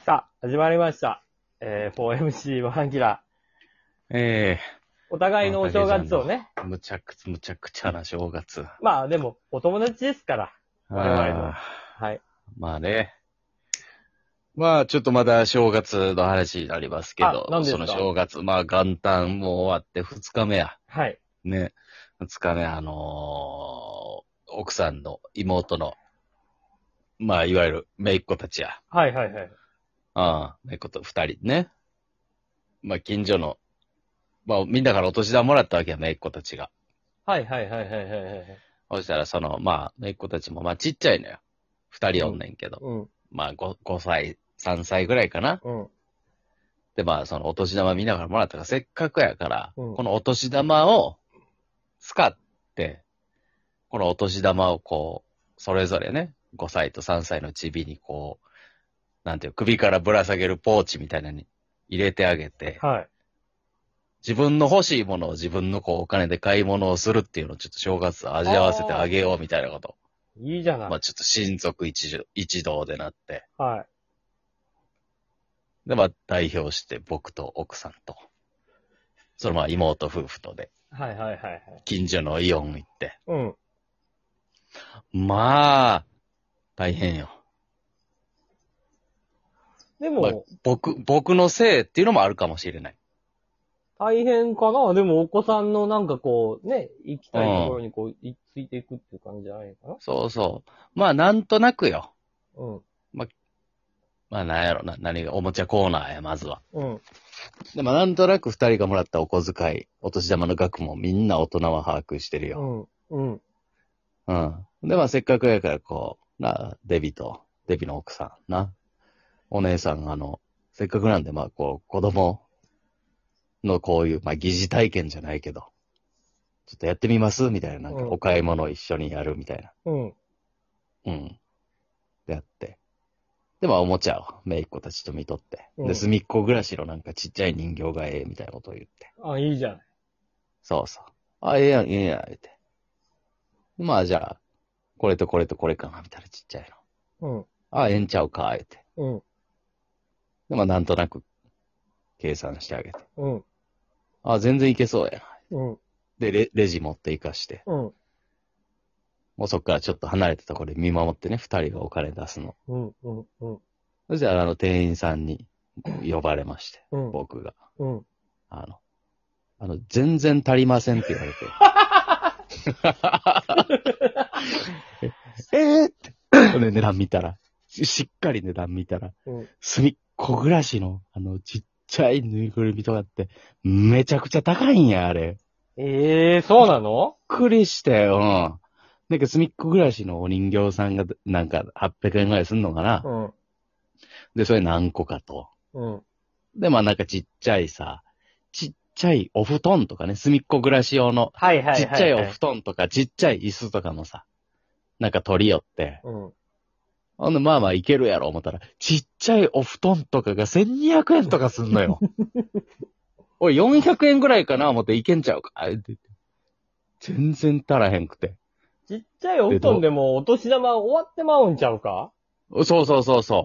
さあ、始まりました。4MC ワンキラえー。お互いのお正月をね。 むちゃくちゃな正月。 まあでも、お友達ですから。我々の。はい。 まあね。まあちょっとまだ正月の話になりますけど、 何ですか？ その正月、まあ元旦も終わって2日目や。 はい。 ね。2日目奥さんの妹の、まあいわゆる姪っ子たちや。 はいはいはい。 姪っ子と2人ね。まあ近所の、まあみんなからお年玉もらったわけや、姪っ子たちが。 はいはいはいはいはいはい。 そしたらまあ姪っ子たちもまあちっちゃいのよ。2人おんねんけど。 うん。 まあ5歳、3歳ぐらいかな。 うん。 で、まあそのお年玉見ながらもらったから、せっかくやから、 うんこのお年玉を使って、このお年玉をこう、それぞれね、5歳と3歳のちびにこう、なんていう、首からぶら下げるポーチみたいなのに入れてあげて、 はい。 自分の欲しいものを自分のこうお金で買い物をするっていうのをちょっと正月味わわせてあげようみたいなこと。 いいじゃない。 まあちょっと親族一同でなって。 はい。 で、まあ代表して僕と奥さんと、そのまあ妹夫婦とで、 はいはいはいはい。 近所のイオン行って。 うん。 まあ、大変よ。まあでも、 僕のせいっていうのもあるかもしれない。 大変かな。でも、お子さんのなんかこう、ね、行きたいところにこう、ついていくっていう感じじゃないかな。 そうそう。まあ、なんとなくよ。 うん。 まあ、なんやろな。何が、おもちゃコーナーや、まずは。 うん。 でも、なんとなく二人がもらったお小遣い、お年玉の額もみんな大人は把握してるよ。 うん。うん。 うん。で、まあ、せっかくやから、こう、デビの奥さんな。お姉さん、せっかくなんで、まあ、こう、子供のこういう、まあ、疑似体験じゃないけど、ちょっとやってみますみたいな、なんか、お買い物を一緒にやるみたいな。 うん。 うん。でやって。で、まあ、おもちゃを、姪っ子たちと見とって。 うんで、隅っこ暮らしのなんかちっちゃい人形がええ、みたいなことを言って。 あ、いいじゃない。 そうそう。あ、ええやん、ええやん、言って。まあ、じゃあ、これとこれとこれかな、みたいなちっちゃいの。 うん。 あ、ええんちゃうか、言って。 うん。 で、まあ、なんとなく、計算してあげて。 うん。 あ、全然いけそうや。 うん。 で、レジ持って行かして。 うん。 もうそっからちょっと離れたところで見守ってね、二人がお金出すの。 うん。うん。うん。 そしたら、店員さんに呼ばれまして、 うん。 僕が。 うん。 全然足りませんって言われて。って。値段見たら、しっかり値段見たら、 うん。 隅っこ暮らしの、ちっちゃいぬいぐるみとかって、めちゃくちゃ高いんや、あれ。 ええー、そうなの？ びっくりしてよ。なんか隅っこ暮らしのお人形さんが、なんか800円ぐらいすんのかな。 うん。 で、それ何個かと。 うん。 で、まあなんかちっちゃいお布団とかね、隅っこ暮らし用の、 はいはいはい、はい。 ちっちゃいお布団とか、ちっちゃい椅子とかもさ、なんか取り寄って、 うん。 ほんで、まあまあいけるやろ思ったら、ちっちゃいお布団とかが1200円とかすんのよ。おい、400円ぐらいかな思っていけんちゃうかって言って。全然足らへんくて。 ちっちゃいお布団でもお年玉終わってまうんちゃうか？ そうそうそうそう。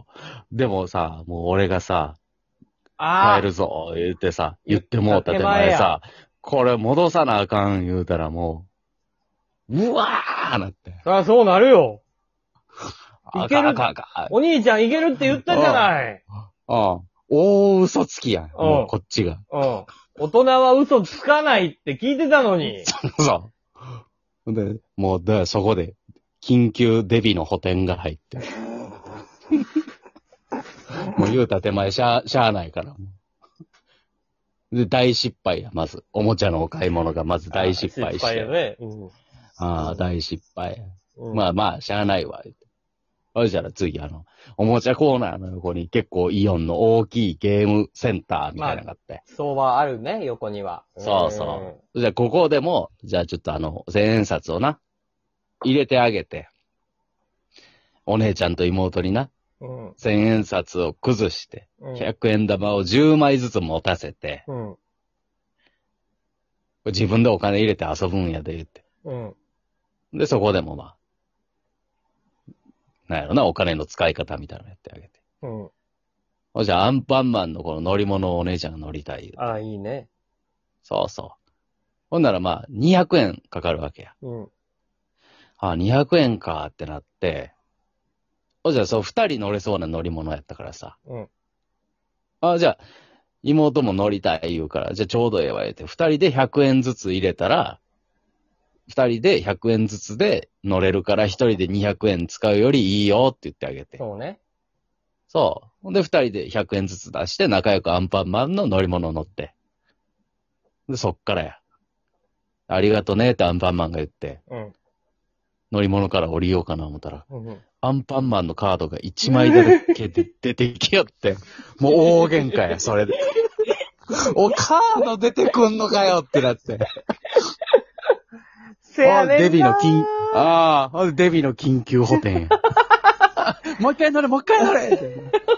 でもさ、もう俺がさ、帰るぞ、言ってさ、言ってもうた手前さ、これ戻さなあかん言うたらもう、うわーなって。 そりゃそうなるよ。いける。 あかん。 お兄ちゃんいけるって言ったじゃない。 大嘘つきやん。もうこっちが。 うん。大人は嘘つかないって聞いてたのに。 そう。で、もう、そこで、緊急デビの補填が入って。もう言うた手前しゃあないから。で、大失敗や、まず。おもちゃのお買い物がまず大失敗して。 失敗やね。うん。 大失敗や。 うん、 まあ、しゃあないわ。そしたら次、おもちゃコーナーの横に結構イオンの大きいゲームセンターみたいなのがあって。 相場あるね、横には。 そうそう。じゃあ、ここでも、じゃあちょっと千円札をな、入れてあげて、お姉ちゃんと妹にな、 うん、 千円札を崩して、100円玉を10枚ずつ持たせて、 うん、 自分でお金入れて遊ぶんやで、言って。 うん、 で、そこでもまあ、なんやろな、お金の使い方みたいなのやってあげて。 うん。 じゃあアンパンマンのこの乗り物をお姉ちゃんが乗りたい。 ああ、いいね。 そうそう。ほんならまあ、200円かかるわけや。 うん。 あ、200円かってなって、じゃあそう、2人乗れそうな乗り物やったからさ。 うん。 じゃあ、妹も乗りたい言うから、じゃあちょうどええわ言って、2人で100円ずつ入れたら、2人で100円ずつで乗れるから、1人で200円使うよりいいよって言ってあげて。 そうね。 そう。ほんで、2人で100円ずつ出して、仲良くアンパンマンの乗り物乗って。で、そっからや。ありがとねってアンパンマンが言って、 うん。 乗り物から降りようかな思ったら、 うんうん。 アンパンマンのカードが1枚だけで出てきよって、もう大喧嘩や、それで。カード出てくんのかよってなって。 せやねんなデビのデビの緊急補填や。もう一回乗れ、もう一回乗れって。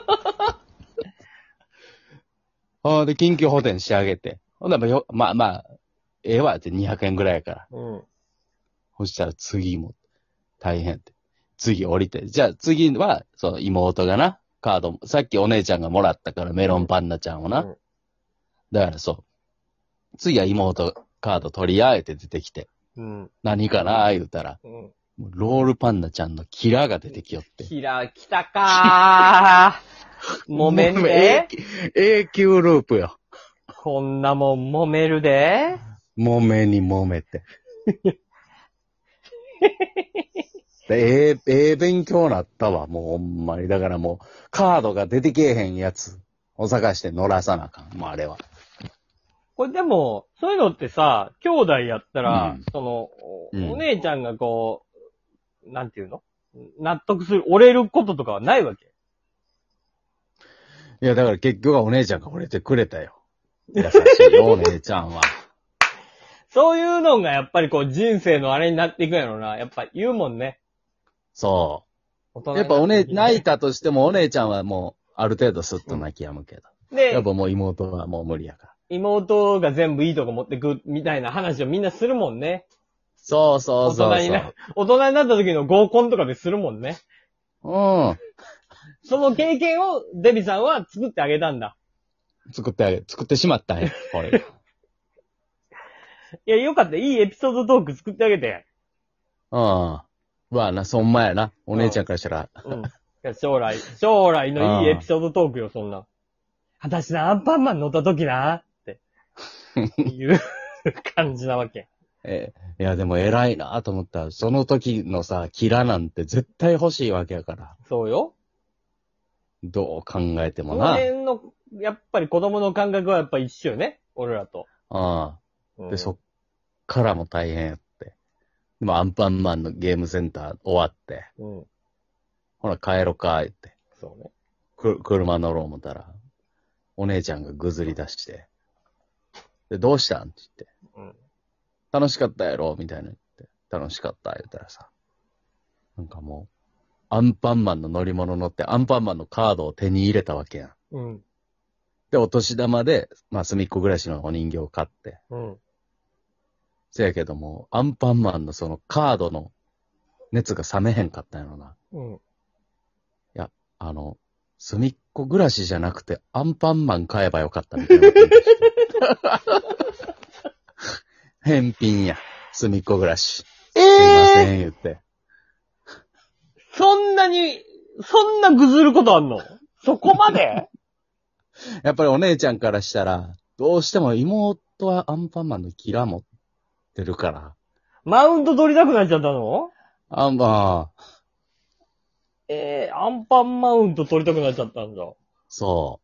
で、緊急補填仕上げて。ほんならまあ、ええわって200円ぐらいやから。 うん。 そしたら次も大変って。次降りて。じゃあ次は、その妹がな、カード、さっきお姉ちゃんがもらったからメロンパンナちゃんをな。 うん。 だからそう。次は妹カード取り合えて出てきて。 うん。 何かな言うたら、 うん。 もうロールパンナちゃんのキラーが出てきよって。 キラー来たかー。揉めんで。 永久ループよ。 こんなもん揉めるで。 揉めに揉めて。で勉強なったわ、もうほんまに。だからもう、カードが出てけえへんやつを探して乗らさなあかん。もうあれは。 これでも、そういうのってさ、兄弟やったら、 うんお姉ちゃんがこう、なんていうの納得する、折れることとかはないわけ。 いや、だから結局はお姉ちゃんが惚れてくれたよ。優しいよ、お姉ちゃんは。 そういうのがやっぱりこう人生のあれになっていくんやろな。やっぱ言うもんね。 そう。 大人にやっぱて泣いたとしてもお姉ちゃんはもう、ある程度スッと泣き止むけど。 でやっぱもう妹はもう無理やから。 妹が全部いいとこ持ってくみたいな話をみんなするもんね。 そうそうそうそう。 大人になった時の合コンとかでするもんね。 うん。 その経験をデビさんは作ってあげたんだ。 作ってしまったんや、これ。 いや、よかった。いいエピソードトーク作ってあげて。 まあな、そんまやな。お姉ちゃんからしたら。 うん。いや将来のいいエピソードトークよ、そんな。私な、アンパンマン乗った時な、っていう感じなわけ。 いや、でも偉いなと思った。その時のさ、キラなんて絶対欲しいわけやから。 そうよ。 どう考えてもこのな。 辺の、やっぱり子供の感覚はやっぱ一緒よね。俺らと。 で、そっからも大変やって。でもアンパンマンのゲームセンター終わって。 うん。 ほら帰ろか、言って。 そうね。 車乗ろう思ったら、お姉ちゃんがぐずり出して。で、どうしたんって言って。 うん。 楽しかったやろみたいな言って。楽しかった言ったらさ。なんかもう、アンパンマンの乗り物乗ってアンパンマンのカードを手に入れたわけやん。 うん。 で、お年玉で、まあ、隅っこ暮らしのお人形を買って。 うん。 せやけども、アンパンマンのそのカードの熱が冷めへんかったんやろな。 うん。 いや、隅っこ暮らしじゃなくて、アンパンマン買えばよかったみたいなこと言い出して。返品や。隅っこ暮らし。すいません、言って。 そんなぐずることあんの？そこまで？ やっぱりお姉ちゃんからしたら、どうしても妹はアンパンマンのキラ持ってるから。 マウント取りたくなっちゃったの？ アンパンマウント取りたくなっちゃったんだ。 そう。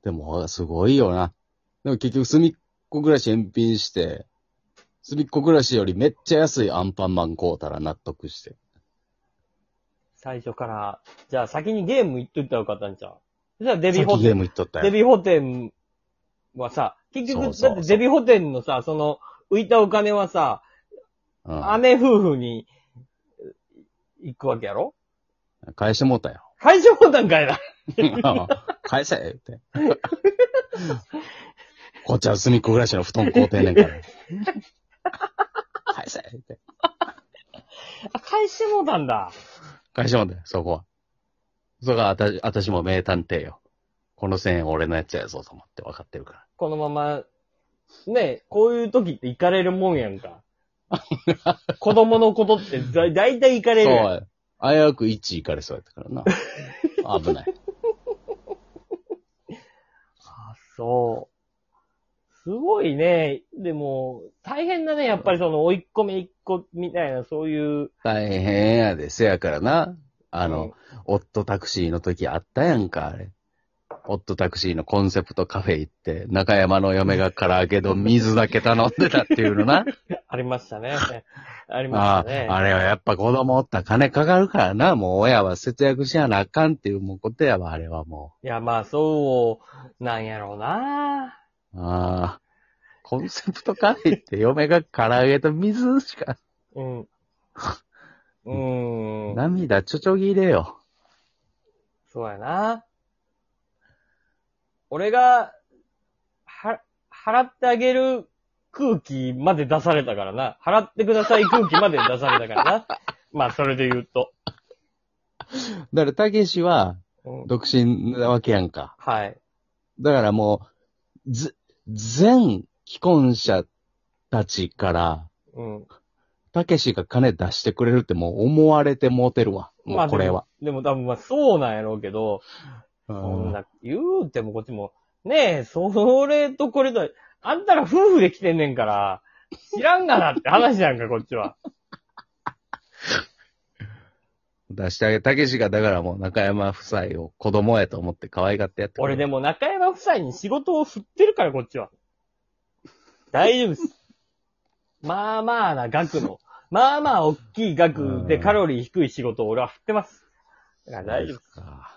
でも、すごいよな。でも結局、隅っこ暮らし返品して、隅っこ暮らしよりめっちゃ安いアンパンマン買うたら納得して。 最初から、じゃあ先にゲーム行っといたらよかったんちゃう？じゃあデビさっきゲーム行っとったよ。 デビホテンはさ、結局、 そうそうそうだってデビホテンのさ、その、浮いたお金はさ、姉夫婦に行くわけやろ？ 返してもうたよ。 返してもうたんかいな。 返せ言って。こっちは隅っこ暮らしの布団買うてんねんから。返せ言って。 返してもうたんだ。 返してもうたよ、そこは。 それが私も名探偵よ。この線俺のやつやぞと思って分かってるかこのまま、ね、こういう時って行かれるもんやんか。子供のことってだいたい行かられるやん。 そうや。危うく1位行かれそうやったからな。危ない。 あ、そう。すごいね。でも、大変だね。やっぱりその、追い込め一個みたいな、そういう。 大変やで。せやからな。 うん、 オットタクシーの時あったやんか、あれ。オットタクシーのコンセプトカフェ行って、中山の嫁が唐揚げと水だけ頼んでたっていうのな。 ありましたね。ありましたね。 あれはやっぱ子供おったら金かかるからな。もう親は節約しやなあかんっていうもうことやわ、あれはもいや、まあ、そうなんやろうな。 う。コンセプトカフェって嫁が唐揚げと水しか。 うん。 涙ちょちょぎれよ。 そうやな。俺が、払ってあげる空気まで出されたからな。払ってください空気まで出されたからな。まあ、それで言うと。 だから、たけしは、 うん、 独身なわけやんか。 はい。 だからもう、全既婚者たちから、 うん。 たけしが金出してくれるってもう思われてもうてるわ。もうこれは。 でも多分まあそうなんやろうけど、 そそんな、言うてもこっちも、ねえ、それとこれと、あんたら夫婦で来てんねんから、知らんがなって話やんか、こっちは。 出してあげ、たけしがだからもう中山夫妻を子供やと思って可愛がってやってくれる。 俺でも中山夫妻に仕事を振ってるから、こっちは。大丈夫です。まあまあな額の、まあまあ大きい額でカロリー低い仕事を俺は振ってます。だから大丈夫です。